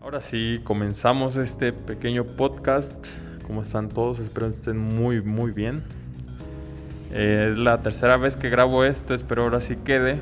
Ahora sí, comenzamos este pequeño podcast. ¿Cómo están todos? Espero que estén muy bien. Es la tercera vez que grabo esto, espero ahora sí quede.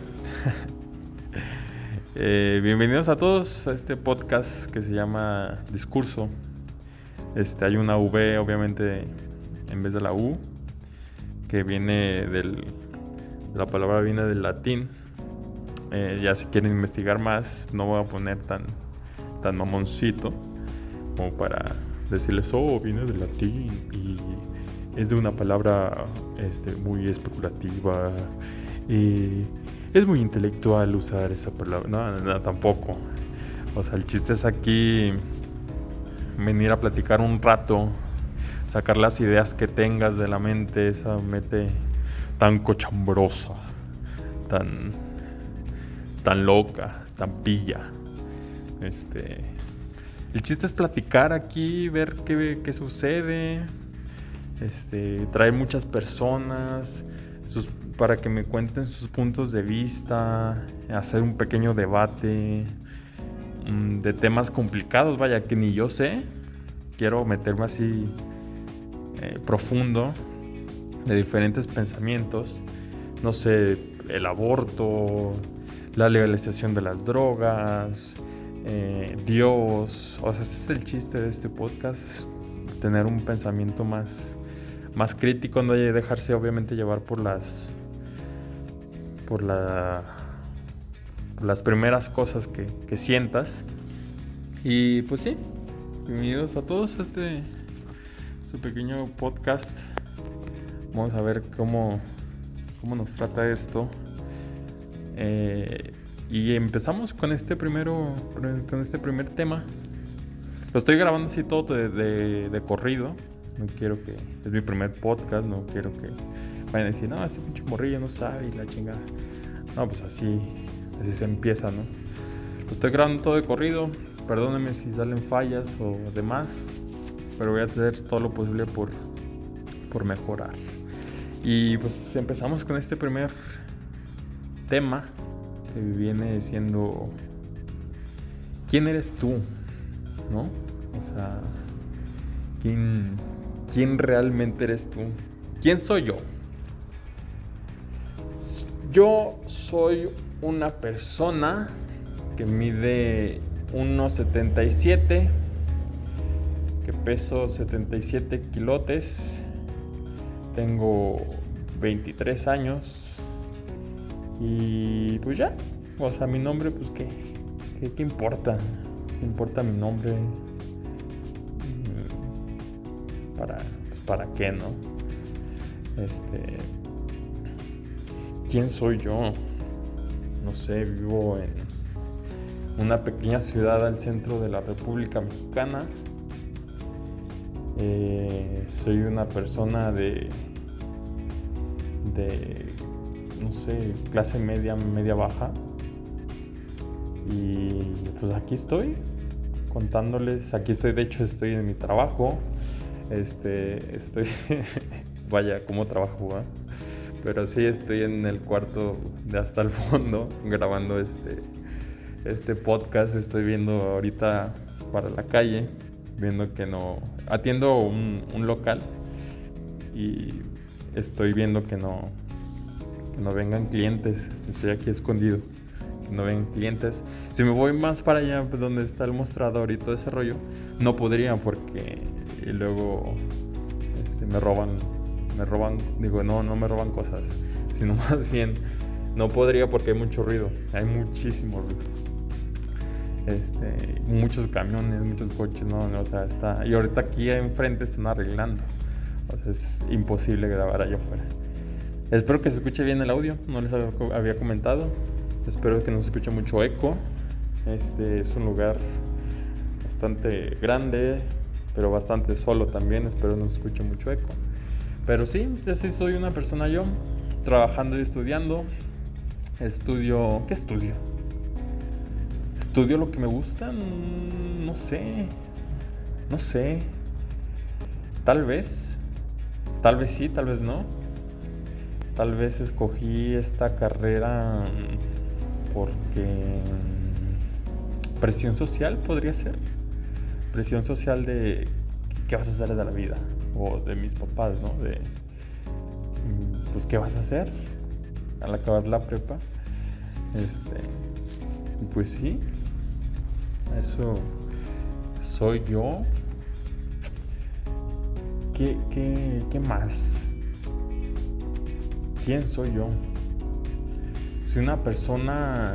Bienvenidos a todos a este podcast que se llama Discurso. Hay una V obviamente en vez de la U, que viene la palabra viene del latín. Ya si quieren investigar más, no voy a poner tan mamoncito como para decirles, viene del latín y es de una palabra muy especulativa y es muy intelectual usar esa palabra. No, tampoco. O sea, el chiste es aquí venir a platicar un rato, sacar las ideas que tengas de la mente, esa mente tan cochambrosa, tan loca, tan pilla. El chiste es platicar aquí, ver qué sucede, traer muchas personas para que me cuenten sus puntos de vista, hacer un pequeño debate de temas complicados, vaya, que ni yo sé. Quiero meterme así profundo de diferentes pensamientos, no sé, el aborto, la legalización de las drogas, Dios. O sea, ese es el chiste de este podcast, tener un pensamiento más crítico, no dejarse obviamente llevar por las primeras cosas que sientas. Y pues sí, bienvenidos a todos a su pequeño podcast. Vamos a ver cómo nos trata esto. Y empezamos con este primer tema. Lo estoy grabando así todo de corrido. No quiero que... Es mi primer podcast. No quiero que vayan a decir, no, este pinche morrillo no sabe y la chingada. No, pues así se empieza, ¿no? Lo estoy grabando todo de corrido. Perdónenme si salen fallas o demás, pero voy a hacer todo lo posible por mejorar. Y pues empezamos con este primer tema, que viene siendo ¿quién eres tú? ¿No? O sea, ¿quién realmente eres tú? ¿Quién soy yo? Yo soy una persona que mide 1.77, que peso 77 kilotes, tengo 23 años. Y pues ya, o sea, mi nombre, pues ¿qué importa? ¿Qué importa mi nombre? ¿Para qué, no? ¿Quién soy yo? No sé, vivo en una pequeña ciudad al centro de la República Mexicana. Soy una persona de no sé, clase media baja. Y pues aquí estoy contándoles. Aquí estoy, de hecho estoy en mi trabajo. Estoy vaya, ¿cómo trabajo? Pero sí, estoy en el cuarto de hasta el fondo grabando este podcast. Estoy viendo ahorita para la calle, viendo que no atiendo un local y estoy viendo que no vengan clientes. Estoy aquí escondido, que no vengan clientes. Si me voy más para allá, pues, donde está el mostrador y todo ese rollo, no podría, porque luego me roban, digo, no me roban cosas, sino más bien no podría porque hay mucho ruido, hay muchísimo ruido. Muchos camiones, muchos coches, o sea, y ahorita aquí enfrente están arreglando. O sea, es imposible grabar allá afuera. Espero que se escuche bien el audio, no les había comentado. Espero que no se escuche mucho eco. Es un lugar bastante grande, pero bastante solo también. Espero no se escuche mucho eco. Pero sí, así soy una persona yo, trabajando y estudiando. ¿Qué estudio? ¿Estudio lo que me gusta? No sé. Tal vez sí, tal vez no. Tal vez escogí esta carrera porque presión social podría ser. Presión social de qué vas a hacer de la vida. O de mis papás, ¿no? De, pues, ¿qué vas a hacer al acabar la prepa? Pues sí, eso soy yo. ¿Qué más? ¿Quién soy yo? Soy una persona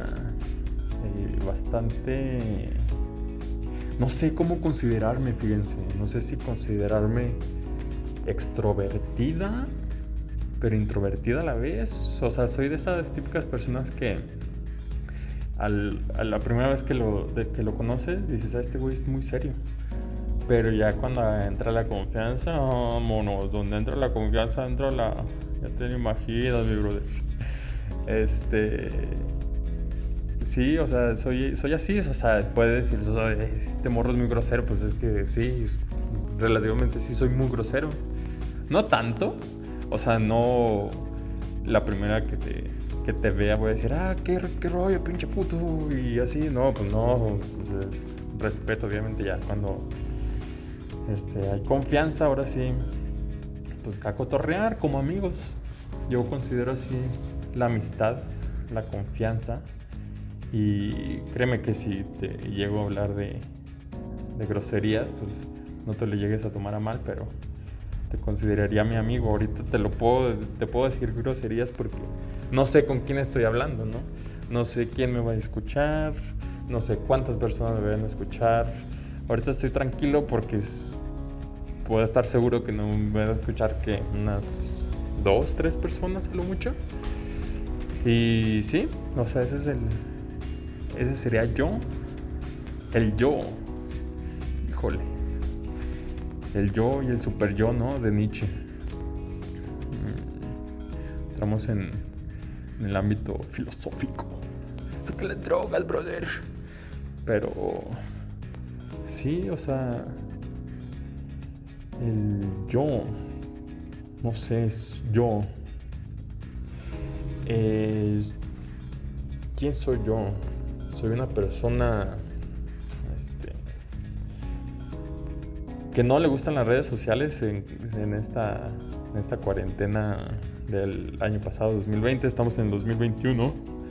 bastante... No sé cómo considerarme, fíjense. No sé si considerarme extrovertida, pero introvertida a la vez. O sea, soy de esas típicas personas que a la primera vez que lo conoces, dices, este güey es muy serio. Pero ya cuando entra la confianza, vámonos, donde entra la confianza, ya te lo imaginas, mi brother. Sí, o sea, soy así, o sea, puedes decir, este morro es muy grosero, pues es que sí, relativamente sí soy muy grosero. No tanto, o sea, no la primera que te vea voy a decir, qué rollo, pinche puto, y así, no, pues no, pues, respeto, obviamente, ya cuando hay confianza, ahora sí, pues a cotorrear como amigos. Yo considero así la amistad, la confianza. Y créeme que si te llego a hablar de groserías, pues no te lo llegues a tomar a mal, pero te consideraría mi amigo. Ahorita te puedo decir groserías porque no sé con quién estoy hablando, ¿no? No sé quién me va a escuchar, no sé cuántas personas me van a escuchar. Ahorita estoy tranquilo porque puedo estar seguro que no me van a escuchar que unas 2, 3 personas a lo mucho. Y sí, o sea, ese sería yo. El yo. Híjole. El yo y el super yo, ¿no? De Nietzsche. Entramos en el ámbito filosófico. Sácale drogas, brother. Pero sí, o sea, el yo, no sé, es yo. ¿Quién soy yo? Soy una persona que no le gustan las redes sociales en esta cuarentena del año pasado, 2020. Estamos en el 2021.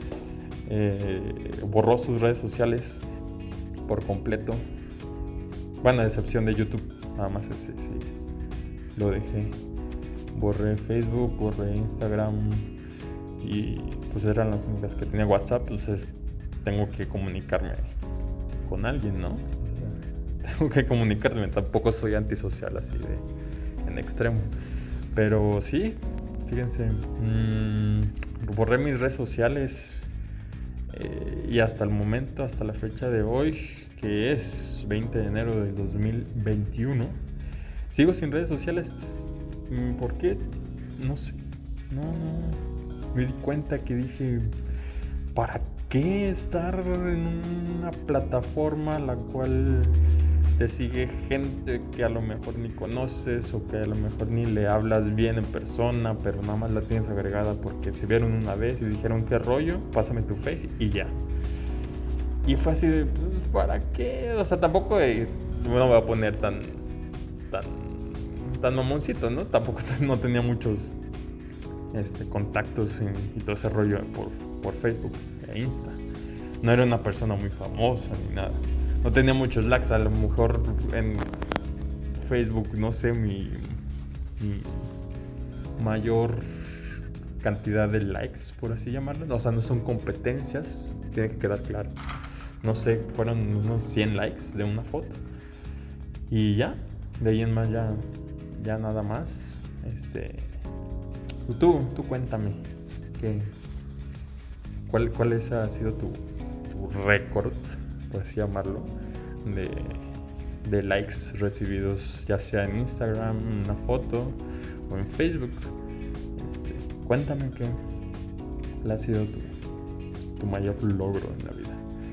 Borró sus redes sociales por completo. Bueno, a excepción de YouTube. Nada más ese sí lo dejé. Borré Facebook, borré Instagram. Y pues eran las únicas que tenía. WhatsApp, pues tengo que comunicarme con alguien, ¿no? Tengo que comunicarme. Tampoco soy antisocial así en extremo. Pero sí, fíjense, borré mis redes sociales y hasta el momento, hasta la fecha de hoy, que es 20 de enero del 2021, sigo sin redes sociales. ¿Por qué? No sé. No. Me di cuenta que dije, ¿para qué estar en una plataforma la cual te sigue gente que a lo mejor ni conoces o que a lo mejor ni le hablas bien en persona, pero nada más la tienes agregada porque se vieron una vez y dijeron qué rollo, pásame tu face y ya? Y fue así de, pues, ¿para qué? O sea, tampoco no me voy a poner tan mamoncito, ¿no? Tampoco no tenía muchos contactos y todo ese rollo por Facebook e Insta. No era una persona muy famosa ni nada. No tenía muchos likes. A lo mejor en Facebook, no sé, mi mayor cantidad de likes, por así llamarlo. O sea, no son competencias, tiene que quedar claro. No sé, fueron unos 100 likes de una foto. Y ya, de ahí en más ya nada más. Tú cuéntame, ¿cuál ha sido tu récord, por así llamarlo, de likes recibidos, ya sea en Instagram, en una foto o en Facebook? Cuéntame cuál ha sido tu mayor logro en la vida.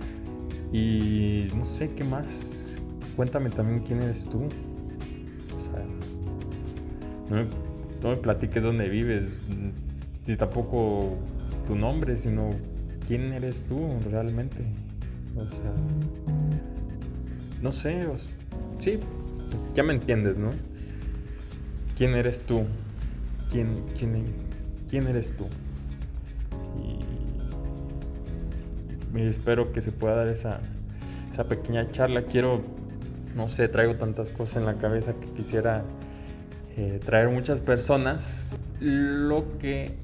Y no sé qué más. Cuéntame también quién eres tú. O sea, no me platiques dónde vives, ni tampoco tu nombre, sino quién eres tú realmente. O sea, no sé, sí, ya me entiendes, ¿no? ¿Quién eres tú? ¿Quién eres tú? Y espero que se pueda dar esa pequeña charla. No sé, traigo tantas cosas en la cabeza que quisiera traer muchas personas. Lo que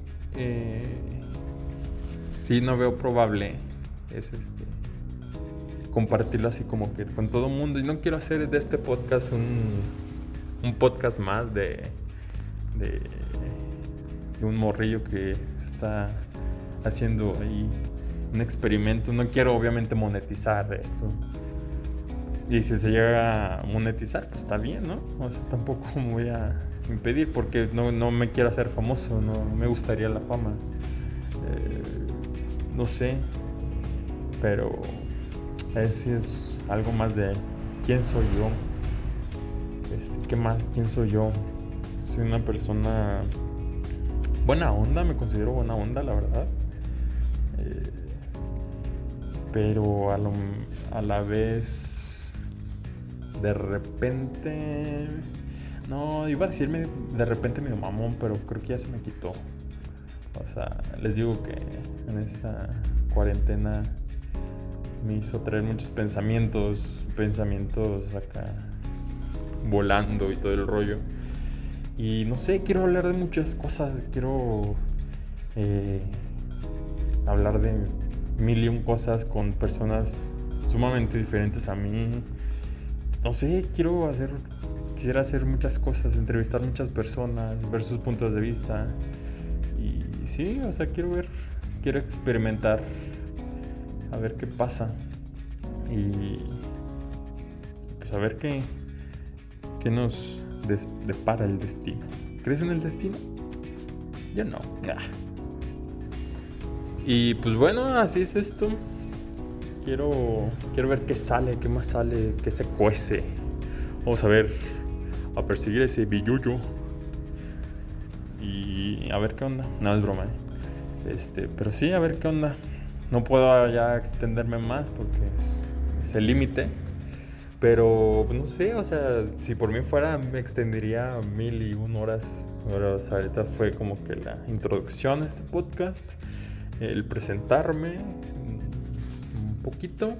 sí no veo probable es compartirlo así como que con todo el mundo. Y no quiero hacer de este podcast un podcast más de un morrillo que está haciendo ahí un experimento. No quiero obviamente monetizar esto. Y si se llega a monetizar, pues está bien, ¿no? O sea, tampoco me voy a impedir porque no me quiero hacer famoso, no me gustaría la fama. No sé, pero es algo más de quién soy yo. ¿Qué más? ¿Quién soy yo? Soy una persona buena onda, me considero buena onda, la verdad. Pero a la vez, de repente, no, iba a decirme de repente medio mamón, pero creo que ya se me quitó. O sea, les digo que en esta cuarentena me hizo traer muchos pensamientos acá volando y todo el rollo. Y no sé, quiero hablar de muchas cosas, quiero hablar de 1001 cosas con personas sumamente diferentes a mí. No sé, quisiera hacer muchas cosas, entrevistar muchas personas, ver sus puntos de vista. Y sí, o sea, quiero experimentar, a ver qué pasa. Y pues a ver qué nos depara el destino. ¿Crees en el destino? Yo no. Y pues bueno, así es esto. Quiero ver qué sale, qué más sale, qué se cuece. Vamos a perseguir ese billuyo. Y a ver qué onda. No, es broma, pero sí, a ver qué onda. No puedo ya extenderme más porque es el límite. Pero no sé, o sea, si por mí fuera me extendería 1001 horas. Pero ahorita fue como que la introducción a este podcast, el presentarme un poquito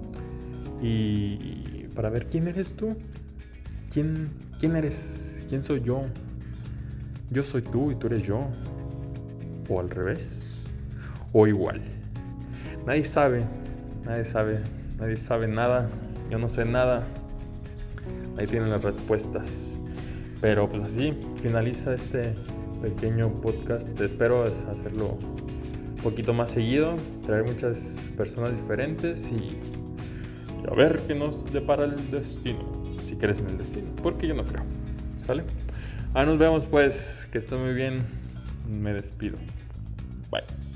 y para ver quién eres tú, quién eres, quién soy yo. Yo soy tú y tú eres yo, o al revés, o igual. Nadie sabe nada. Yo no sé nada. Ahí tienen las respuestas. Pero pues así finaliza este pequeño podcast. Espero hacerlo un poquito más seguido, traer muchas personas diferentes y a ver qué nos depara el destino. Si crees en el destino, porque yo no creo. ¿Sale? Nos vemos pues. Que esté muy bien. Me despido. Bye.